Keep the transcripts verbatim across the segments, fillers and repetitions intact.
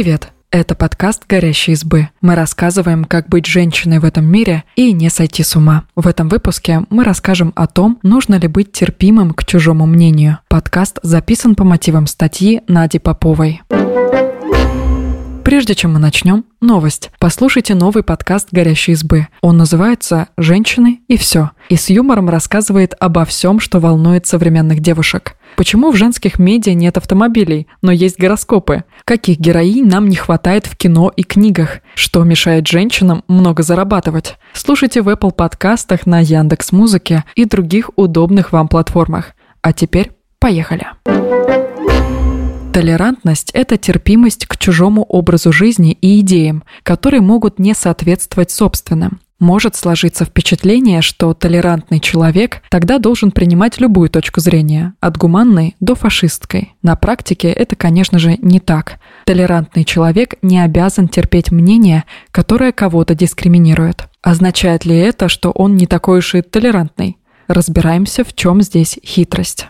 Привет! Это подкаст «Горящие избы». Мы рассказываем, как быть женщиной в этом мире и не сойти с ума. В этом выпуске мы расскажем о том, нужно ли быть терпимым к чужому мнению. Подкаст записан по мотивам статьи Нади Поповой. Прежде чем мы начнем, новость. Послушайте новый подкаст «Горящие избы». Он называется «Женщины и все». И с юмором рассказывает обо всем, что волнует современных девушек. Почему в женских медиа нет автомобилей, но есть гороскопы? Каких героинь нам не хватает в кино и книгах? Что мешает женщинам много зарабатывать? Слушайте в Apple подкастах, на Яндекс.Музыке и других удобных вам платформах. А теперь поехали! Толерантность – это терпимость к чужому образу жизни и идеям, которые могут не соответствовать собственным. Может сложиться впечатление, что толерантный человек тогда должен принимать любую точку зрения, от гуманной до фашистской. На практике это, конечно же, не так. Толерантный человек не обязан терпеть мнение, которое кого-то дискриминирует. Означает ли это, что он не такой уж и толерантный? Разбираемся, в чем здесь хитрость.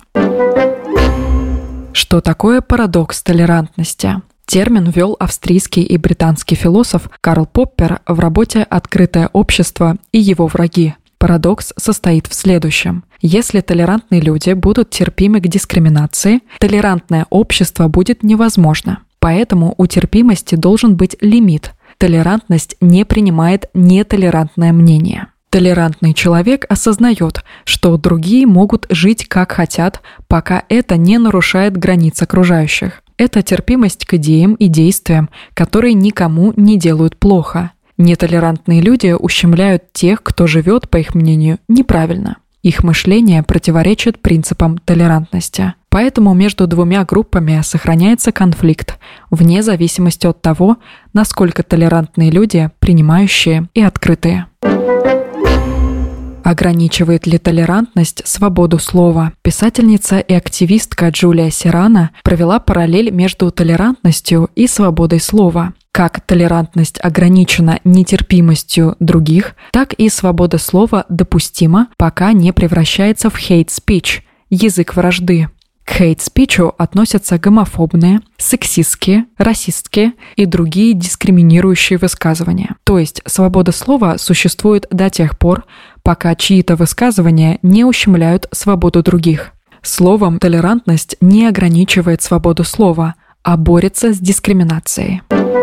Что такое парадокс толерантности? Термин ввел австрийский и британский философ Карл Поппер в работе «Открытое общество и его враги». Парадокс состоит в следующем. Если толерантные люди будут терпимы к дискриминации, толерантное общество будет невозможно. Поэтому у терпимости должен быть лимит. Толерантность не принимает нетолерантное мнение. Толерантный человек осознает, что другие могут жить как хотят, пока это не нарушает границ окружающих. Это терпимость к идеям и действиям, которые никому не делают плохо. Нетолерантные люди ущемляют тех, кто живет, по их мнению, неправильно. Их мышление противоречит принципам толерантности. Поэтому между двумя группами сохраняется конфликт, вне зависимости от того, насколько толерантные люди, принимающие и открытые. Ограничивает ли толерантность свободу слова? Писательница и активистка Джулия Серрано провела параллель между толерантностью и свободой слова. Как толерантность ограничена нетерпимостью других, так и свобода слова допустима, пока не превращается в hate speech – язык вражды. К хейт-спичу относятся гомофобные, сексистские, расистские и другие дискриминирующие высказывания. То есть свобода слова существует до тех пор, пока чьи-то высказывания не ущемляют свободу других. Словом, толерантность не ограничивает свободу слова, а борется с дискриминацией.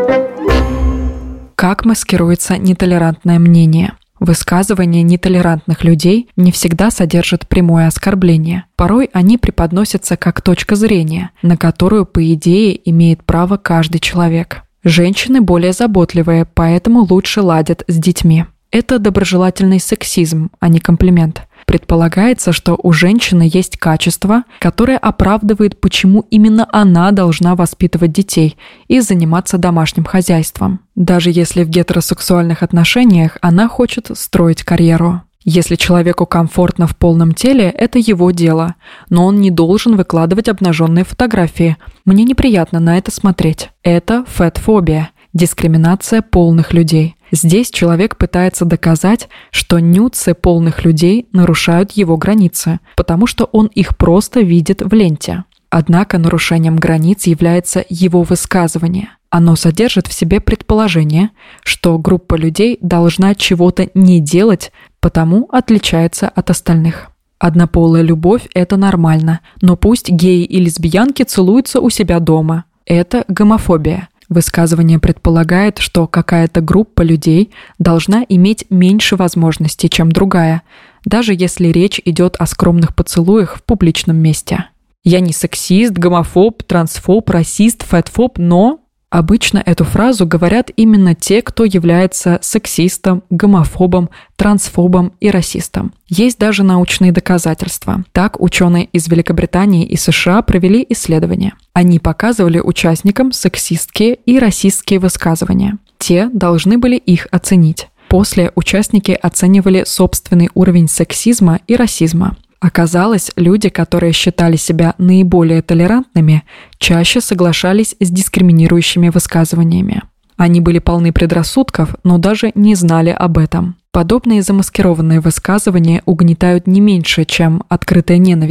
Как маскируется нетолерантное мнение? Высказывания нетолерантных людей не всегда содержат прямое оскорбление. Порой они преподносятся как точка зрения, на которую, по идее, имеет право каждый человек. Женщины более заботливые, поэтому лучше ладят с детьми. Это доброжелательный сексизм, а не комплимент. Предполагается, что у женщины есть качество, которое оправдывает, почему именно она должна воспитывать детей и заниматься домашним хозяйством, даже если в гетеросексуальных отношениях она хочет строить карьеру. Если человеку комфортно в полном теле, это его дело, но он не должен выкладывать обнаженные фотографии. Мне неприятно на это смотреть. Это фэтфобия, дискриминация полных людей. Здесь человек пытается доказать, что нюдсы полных людей нарушают его границы, потому что он их просто видит в ленте. Однако нарушением границ является его высказывание. Оно содержит в себе предположение, что группа людей должна чего-то не делать, потому отличается от остальных. Однополая любовь – это нормально, но пусть геи и лесбиянки целуются у себя дома. Это гомофобия. Высказывание предполагает, что какая-то группа людей должна иметь меньше возможностей, чем другая, даже если речь идет о скромных поцелуях в публичном месте. Я не сексист, гомофоб, трансфоб, расист, фэтфоб, но... Обычно эту фразу говорят именно те, кто является сексистом, гомофобом, трансфобом и расистом. Есть даже научные доказательства. Так, ученые из Великобритании и США провели исследования. Они показывали участникам сексистские и расистские высказывания. Те должны были их оценить. После участники оценивали собственный уровень сексизма и расизма. Оказалось, люди, которые считали себя наиболее толерантными, чаще соглашались с дискриминирующими высказываниями. Они были полны предрассудков, но даже не знали об этом. Подобные замаскированные высказывания угнетают не меньше, чем открытая ненависть.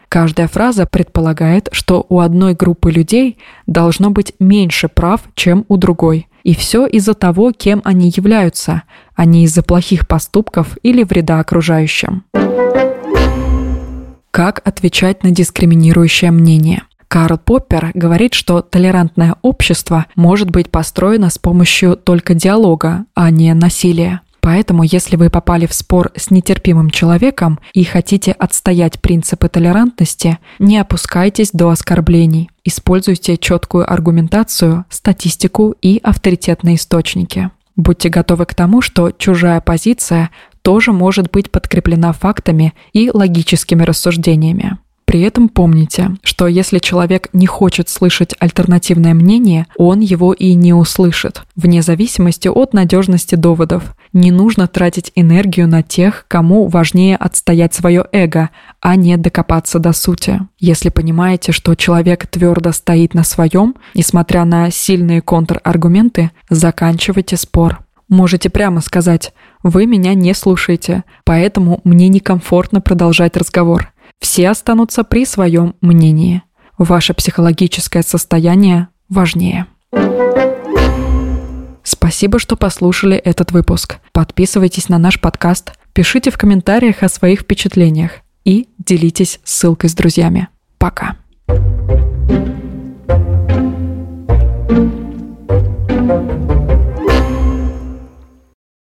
Каждая фраза предполагает, что у одной группы людей должно быть меньше прав, чем у другой. И все из-за того, кем они являются, а не из-за плохих поступков или вреда окружающим. Как отвечать на дискриминирующее мнение? Карл Поппер говорит, что толерантное общество может быть построено с помощью только диалога, а не насилия. Поэтому, если вы попали в спор с нетерпимым человеком и хотите отстоять принципы толерантности, не опускайтесь до оскорблений. Используйте четкую аргументацию, статистику и авторитетные источники. Будьте готовы к тому, что чужая позиция тоже может быть подкреплена фактами и логическими рассуждениями. При этом помните, что если человек не хочет слышать альтернативное мнение, он его и не услышит, вне зависимости от надежности доводов. Не нужно тратить энергию на тех, кому важнее отстоять свое эго, а не докопаться до сути. Если понимаете, что человек твердо стоит на своем, несмотря на сильные контраргументы, заканчивайте спор. Можете прямо сказать: «Вы меня не слушаете, поэтому мне некомфортно продолжать разговор». Все останутся при своем мнении. Ваше психологическое состояние важнее. Спасибо, что послушали этот выпуск. Подписывайтесь на наш подкаст, пишите в комментариях о своих впечатлениях и делитесь ссылкой с друзьями. Пока!